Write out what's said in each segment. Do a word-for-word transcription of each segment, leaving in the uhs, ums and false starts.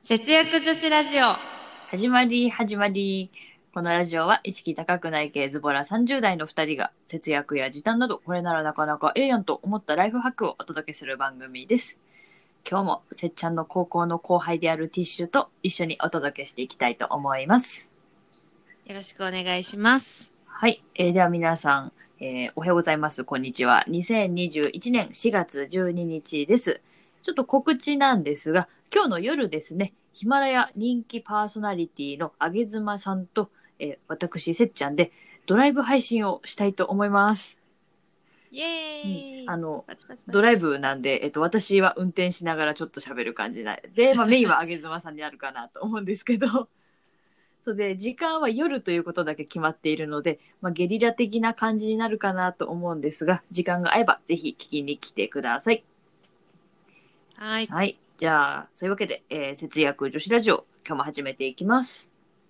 節約女子ラジオ。 始まり始まり。このラジオは意識高くない系ズボラさんじゅう代のふたりが節約や時短などこれならなかなかええやんと思ったライフハックをお届けする番組です。今日もせっちゃんの高校の後輩であるティッシュと一緒にお届けしていきたいと思います。 よろしくお願いします。 はい、えーでは皆さん、えーおはようございます。こんにちは。にせんにじゅういちねんしがつじゅうににちです。ちょっと告知なんですが、今日の夜ですね、ヒマラヤ人気パーソナリティのあげずまさんと、えー私、せっちゃんでドライブ配信をしたいと思います。 イエうん、 ーイ。 あの、 パチパチパチ。 ドライブなんで、えっと、私は運転しながらちょっと喋る感じなで、まあ、メインはあげずまさんになるかなと思うんですけど、そうで、時間は夜ということだけ決まっているので、まあ、ゲリラ的な感じになるかなと思うんですが、時間が合えばぜひ聞きに来てください。 はい。 はい。じゃあ、そういうわけで、えー節約女子ラジオ、今日も始めていきます。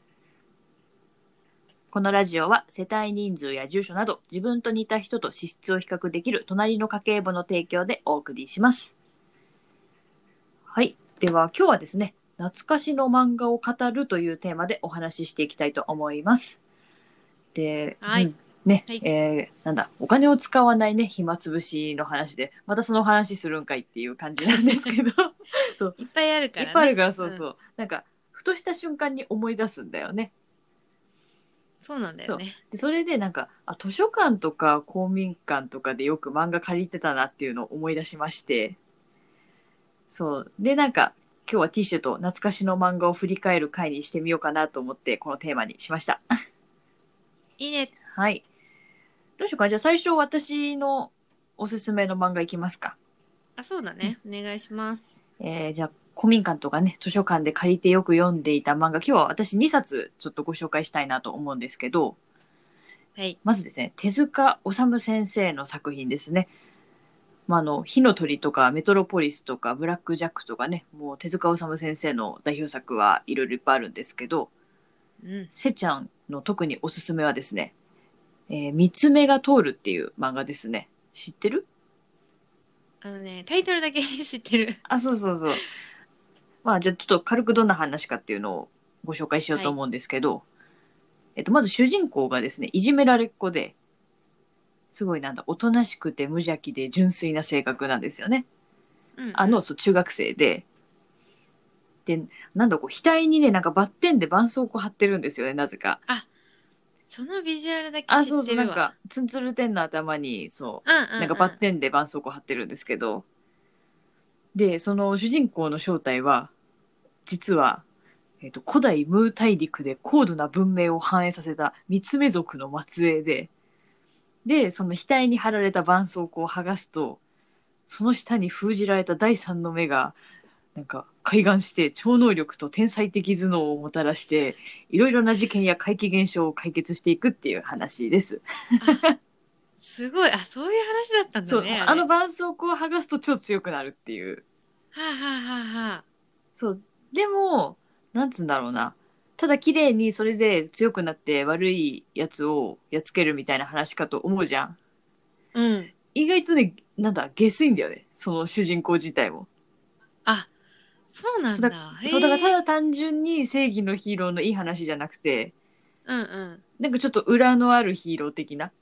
このラジオは世帯人数や住所など自分と似た人と資質を比較できる隣の家計簿の提供でお送りします。はい。では今日はですね、懐かしの漫画を語るというテーマでお話ししていきたいと思います。で、 はい。 うん、ね、 はい。 えー、なんだ、お金を使わないね、暇つぶしの話で、またその話するんかいっていう感じなんですけど、そう、 いっぱいあるからね。 いっぱいあるからそううん。 そう、なんか、ふとした瞬間に思い出すんだよね。 そうなんだよそう。 ね。 で、それでなんか、あ、図書館とか公民館とかでよく漫画借りてたなっていうのを思い出しまして、そう。で、なんか、今日はティッシュと懐かしの漫画を振り返る回にしてみようかなと思って、このテーマにしました。 いいね。 はい。どうしようか。じゃあ最初私のおすすめの漫画いきますか。 あ、そうだうん、 ね。お願いします。 えー、じゃあ公民館とかね、図書館で借りてよく読んでいた漫画、今日は私にさつちょっとご紹介したいなと思うんですけど、 はい。 まずですね、手塚治虫先生の作品ですね。まあ、あの、火の鳥とかメトロポリスとかブラックジャックとかね、もう手塚治虫先生の代表作はいろいろいっぱいあるんですけど、 うん。 せちゃんの特におすすめはですね、えー、三つ目が通るっていう漫画ですね。知ってる？ あのね、タイトルだけ知ってる。 あ、そうそうそう。まあ、じゃあちょっと軽くどんな話かっていうのをご紹介しようはい。 と思うんですけど、えっと、まず主人公がですね、いじめられっ子で、すごいなんだ、おとなしくて無邪気で純粋な性格なんですよね。 うんあの、 うん。 そう、中学生で、で、なんだこう、額にね、なんかバッテンで絆創膏貼ってるんですよね、なぜか。 あ、そのビジュアルだけあ、 知っそうそう、 てるわ。 なんか、ツンツルテンの頭に、そうんうう、なんかバッんテンで絆創膏貼ってるんですけど、で、その主人公の正体は、実は、えっと、古代ムー大陸で高度な文明を反映させた三つ目族の末裔で、で、その額に貼られた絆創膏を剥がすと、その下に封じられた第三の目が、なんか、開眼して超能力と天才的頭脳をもたらして、いろいろな事件や怪奇現象を解決していくっていう話です。 あ、すごい。あ、そういう話だったんだそう、 ね、ああのれ。 絆創膏を剥がすと超強くなるっていう。 はあはあはあはあ。 そう。でも、なんつうんだろうな。ただ綺麗にそれで強くなって悪いやつをやっつけるみたいな話かと思うじゃん。 うん。 意外とね、なんだ、下水んだよね。その主人公自体も。 あ、そうなそうだ、 んだ。 そうだからたへえ。 だ単純に正義のヒーローのいい話じゃなくて、 うんうん。 なんかちょっと裏のあるヒーロー的な。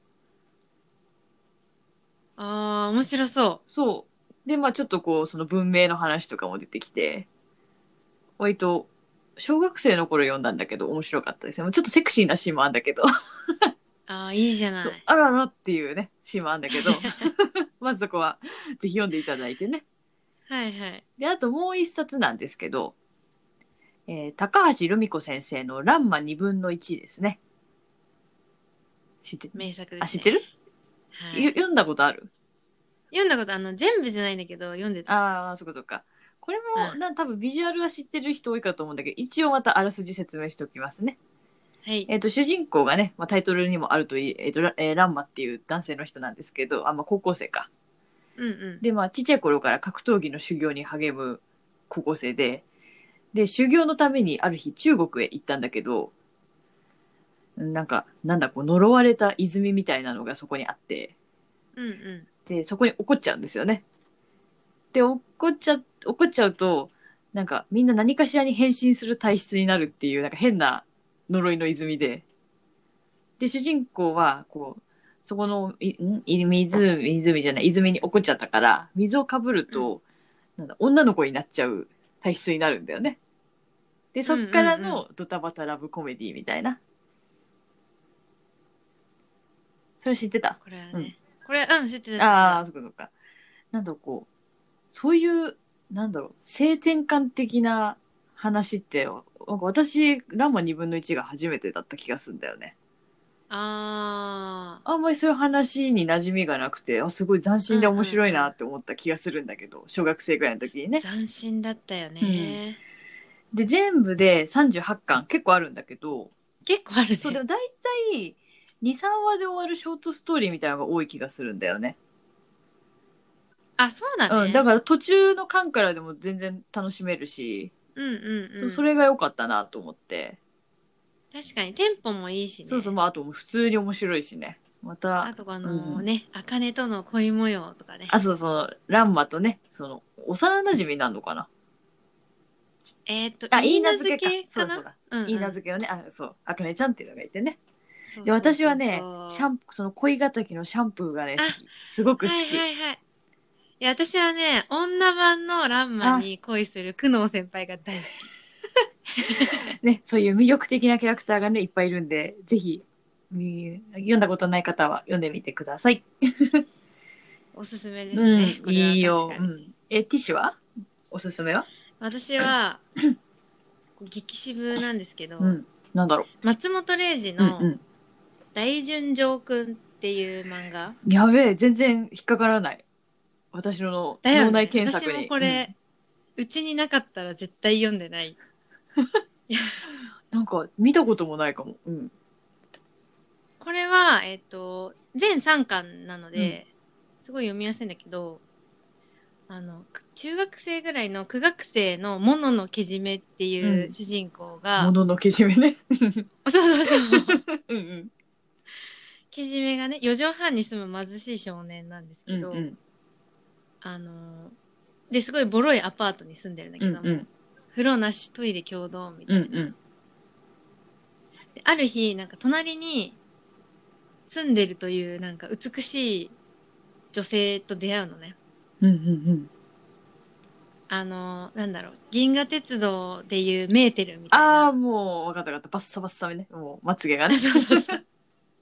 ああ、面白そそう。で、まあちょっとこう、その文明の話とかも出てきて、割と、小学生の頃読んだんだけど面白かったですね。ちょっとセクシーなシーンもあるんだけど、 う。ああ、いいじゃそう、 ない。 あららっていうね、シーンもあるんだけど、まずそこはぜひ読んでいただいてね。 はいはい。 で、あともう一冊なんですけど、えー高橋留美子先生のランマにぶんのいちですね。知って、 名作であ、 すね。 知ってる？ はい。 よ読んだことある？ 読んだこと、あの、全部じゃないんだけど、読んでた。 ああ、そっかそっか。これも、 うん。 な、多分ビジュアルは知ってる人多いかと思うんだけど、一応またあらすじ説明しておきますね。 はい。 えっ、と、主人公がね、まあ、タイトルにもあるといい、えっ、と、ラえーランマっていう男性の人なんですけど、あ、まあ、高校生か。 うんうんで、まあ、ちっちゃい頃から格闘技の修行に励む高校生で、で、修行のためにある日中国へ行ったんだけど、なんか、なんだ、こう、呪われた泉みたいなのがそこにあって、 うんうで、そこに怒っちゃうんですよね。で、怒っちゃ、怒っちゃうと、 なんかみんな何かしらに変身する体質になるっていうなんか変な呪いの泉で、で主人公はこうそこのいんい湖湖じゃない泉に落っこっちゃったから水をかぶるうんと、なんだ女の子になっちゃう体質になるんだよね。でそっうんうんからうん。 のドタバタラブコメディみたいな。それ知ってた？うん。 これはね。これ、うん、知ってた知ってああ、 た。 そっかそっか。なんだこう、そういう、なんだろう、性転換的な話って、なんか私、ランマにぶんのいちが初めてだった気がするんだよね。 ああんまりそういう話に馴染みがなくて、あ、すごい斬ー。うん新で面白いうんうん。 なって思った気がするんだけど、小学生ぐらいの時にね。 斬新だったようん。 ね。 で、全部でさんじゅうはちかん、結構あるんだけど、 結構あるそう、でね。 も大体に、さんわで終わるショートストーリーみたいなのが多い気がするんだよね。 あ、そうだうん、だね。 から途中の間からでも全然楽しめるし、 うんうんそう、 うん。 それが良かったなと思って。 確かにテンポもいいしそうそう、 ね。 まあ、あと普通に面白いしね。また、 あとあうん。 のね、茜との恋模様とかね。 あ、そうそう、ランマとね、その、幼馴染なのかな。 えっと、 あ、いいいいなずなずけか。 けかな。 そうだそうだ。いいなうんうん。 ずけのね、あ、そう、あかねちゃんっていうのがいてね。 そうで、 そうそう私はね、シャそう。 ンプー、その恋敵のシャンプーがね、好あ、 き。すごく好はいはき。 いはい。いや、私はね、女版のランマあ、 に恋する久能先輩が大好き。 ね、そういう魅力的なキャラクターがね、いっぱいいるんで、ぜひ、み読んだことない方は読んでみてください。 おすすめでうすね。 ん、 これはいいよ。 確かに。 うん。え、ティッシュはおすすめは？ 私は、激渋なんですけど、 うん。なんだろ松本零士う。うんのう大純情くんっていう漫画。 ん。やべえ、全然引っかからない。私の脳内だよね。私も検索に。 これ、 うん。 うちになかったら絶対読んでない。 なんか、見たこともないかも。うん。 これは、えっと、全さんかんなのうん。 で、すごい読みやすいんだけど、あの、く中学生ぐらいの苦学生のモノのけじめってうん。 いう主人公が、 もののけじめね。 そうそうそう。 うんうん。 けじめがね、よ畳半に住む貧しい少年なんですけど、 うんうん。 あの、で、すごいボロいアパートに住んでるんだけども、 うんうん。 風呂なし、トイレ共同みたいな。 うんうん。 で、ある日、なんか隣に住んでるというなんか美しい女性と出会うのね。 うんうんうん。 あの、なんだろう、銀河鉄道でいうメーテルみたいああ、 な。 もう、わかったわかった。バッサバッサめね。もう、まつげがね。 そうそうそう。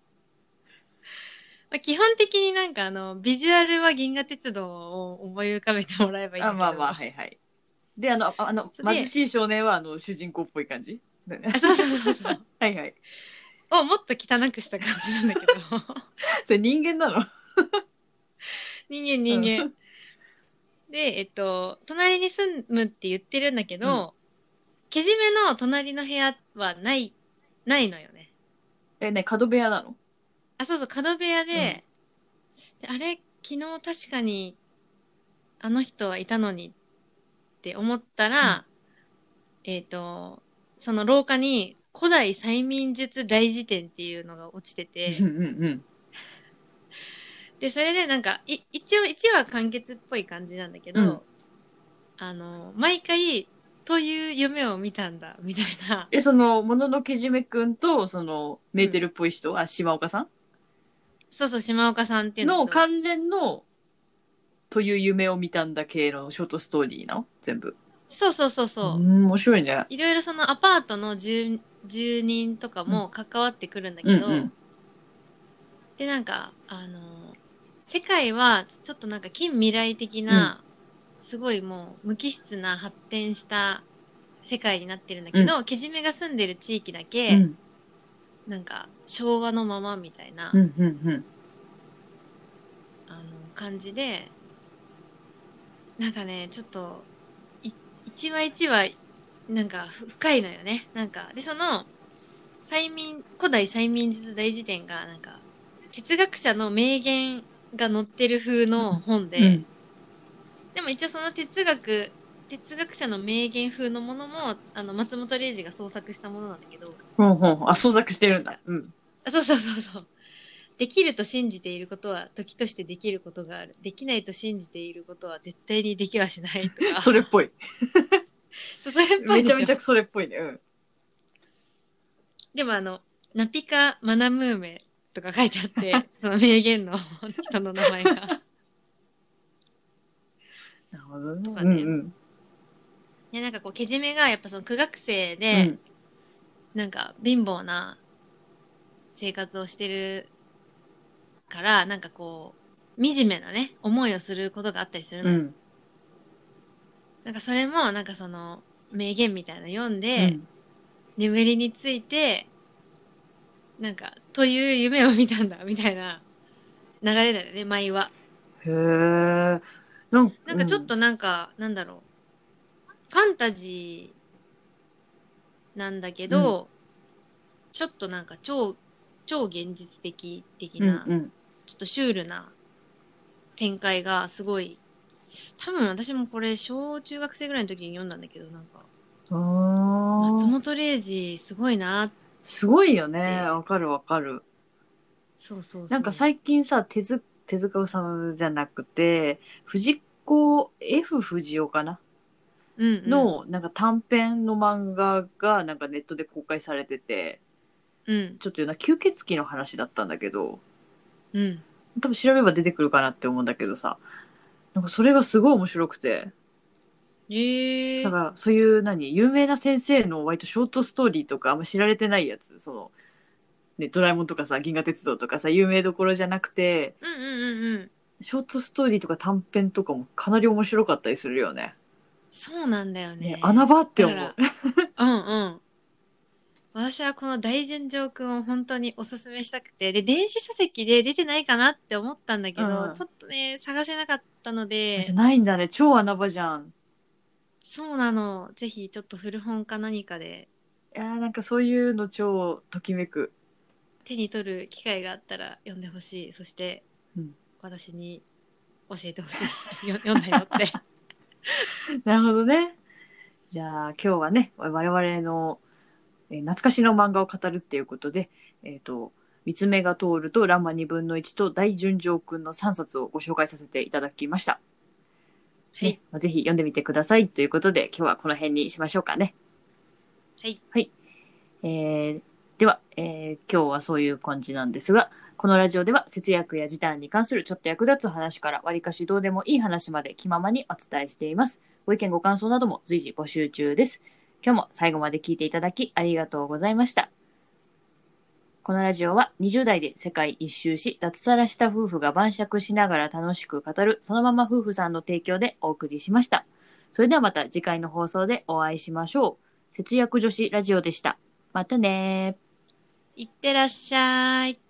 まあ、基本的になんかあの、ビジュアルは銀河鉄道を思い浮かべてもらえばいいんあ、 だけど、 まあまあ、はいはい。で、あの、ああの、 それで、 貧しい少年は、あの、主人公っぽい感じだよね。 あ、そうそうそうそう。 はいはい。 をもっと汚くした感じなんだけど。 それ人間なの？ 人間う人間。 ん。 で、えっと、隣に住むって言ってるんだけうん。 ど、けじめの隣の部屋はない、ないのよね。 え、ね、角部屋なの？ あ、そうそう、角部屋うん。 で、であれ、昨日確かにあの人はいたのにって思ったうん。 ら、えっと、その廊下に古代催眠術大辞典っていうのが落ちてうんて、 うん。 で、それでなんか、い、一応いちわ完結っぽい感じなんだけうん。 ど、あの、毎回、という夢を見たんだ、みたいな。 え、その、もののけじめくんと、その、メうん。 ーテルっぽい人、あ、島岡さんそうそう、島岡さんっていうんだけど、 の関連の、という夢を見たんだ系のショートストーリーなの全部。 そうそうそうそう。 うん、面白いね。 いろいろそのアパートの住、住人とかうん。 も関わってくるんだうんうけど、 ん。 で、なんか、あの、世界はちょっとなんか近未来的うん。 な、すごいもう無機質な発展した世界になってるんだうん。 けど、けじめが住んでる地域だけ、 うん。 なんか昭和のままみたいな、 うん。うん。 あの、感じで、なんかね、ちょっと、い一話一話、なんかふ深いのよね。なんか、で、その、催眠、古代催眠術大辞典が、なんか、哲学者の名言が載ってる風の本で、 うん。 でも一応その哲学、哲学者の名言風のものも、あの、松本零士が創作したものなんだけど、 ほうほうほう。あ、創作してるんだ。 なんか、 うん。 あ、そうそうそうそう。できると信じていることは時としてできることがある。できないと信じていることは絶対にできはしないとか。 それっぽい。 そうそれっぽいでしょ。 めちゃめちゃそれっぽいね。うん。 でもあの、ナピカ・マナムーメとか書いてあって、その名言の人の名前が。 なるほどね。 とかね。 うんで、なんかこう、けじめがやっぱその苦学生うん。うで、 ん。 なんか貧乏な生活をしてるから、なんかこう、惨めなね、思いをすることがあったりするのよ。 うん。 なんかそれも、なんかその、名言みたいなの読んで、 うん。 眠りについて、なんか、という夢を見たんだ、みたいな流れだよね、舞は。 へえ。なんか、 なんかちょっうん。 となんか、なんだろう、ファンタジーなんだけうん。 ど、ちょっとなんか超、超現実的的うん。 な、 うん。 ちょっとシュールな展開がすごい、多分私もこれ小中学生ぐらいの時に読んだんだけど、なんか、 あ松あ。 本零士すごいなっすごいよね。 て、 わかるわかる。 そうそうなんかそ最近さ、手塚、手塚治虫じゃなくて、藤子 F 不二雄かなう。うんうんの、なんか短編の漫画がなんかネットで公開されてて、 うんちょっというな、吸血鬼の話だったんだけど、 うん。 多分調べれば出てくるかなって思うんだけどさ、なんかそれがすごい面白くて、 ええー。 だからそういう何、有名な先生の割とショートストーリーとかあんま知られてないやつ、その、ね、ドラえもんとかさ、銀河鉄道とかさ、有名どころじゃなくて、 うんうんうんうん。 ショートストーリーとか短編とかもかなり面白かったりするよね。 そうなんだよね、 ね。 穴場って思う。 だから、うんうん。私はこの大純情くんを本当におすすめしたくて、で、電子書籍で出てないかなって思ったんだけど、 うん。 ちょっとね、探せなかったので、 じゃないんだね。超穴場じゃん。 そうなの。ぜひちょっと古本か何かでいやーなんかそういうの超ときめく。 手に取る機会があったら読んでほしい。そしてうん。 私に教えてほしい。よ読んだよって。 なるほどね。じゃあ今日はね、我々の、えー懐かしの漫画を語るっていうことで、えっ、と、三つ目が通るとランマにぶんのいちと大純情くんのさんさつをご紹介させていただきました。ね、 はい。 まあぜひ読んでみてくださいということで、今日はこの辺にしましょうかね。 はい。 はい。えーでは、えー今日はそういう感じなんですが、このラジオでは節約や時短に関するちょっと役立つ話からわりかしどうでもいい話まで気ままにお伝えしています。ご意見ご感想なども随時募集中です。今日も最後まで聞いていただきありがとうございました。このラジオはにじゅう代で世界一周し、脱サラした夫婦が晩酌しながら楽しく語るそのまま夫婦さんの提供でお送りしました。それではまた次回の放送でお会いしましょう。節約女子ラジオでした。またねー。 いってらっしゃい。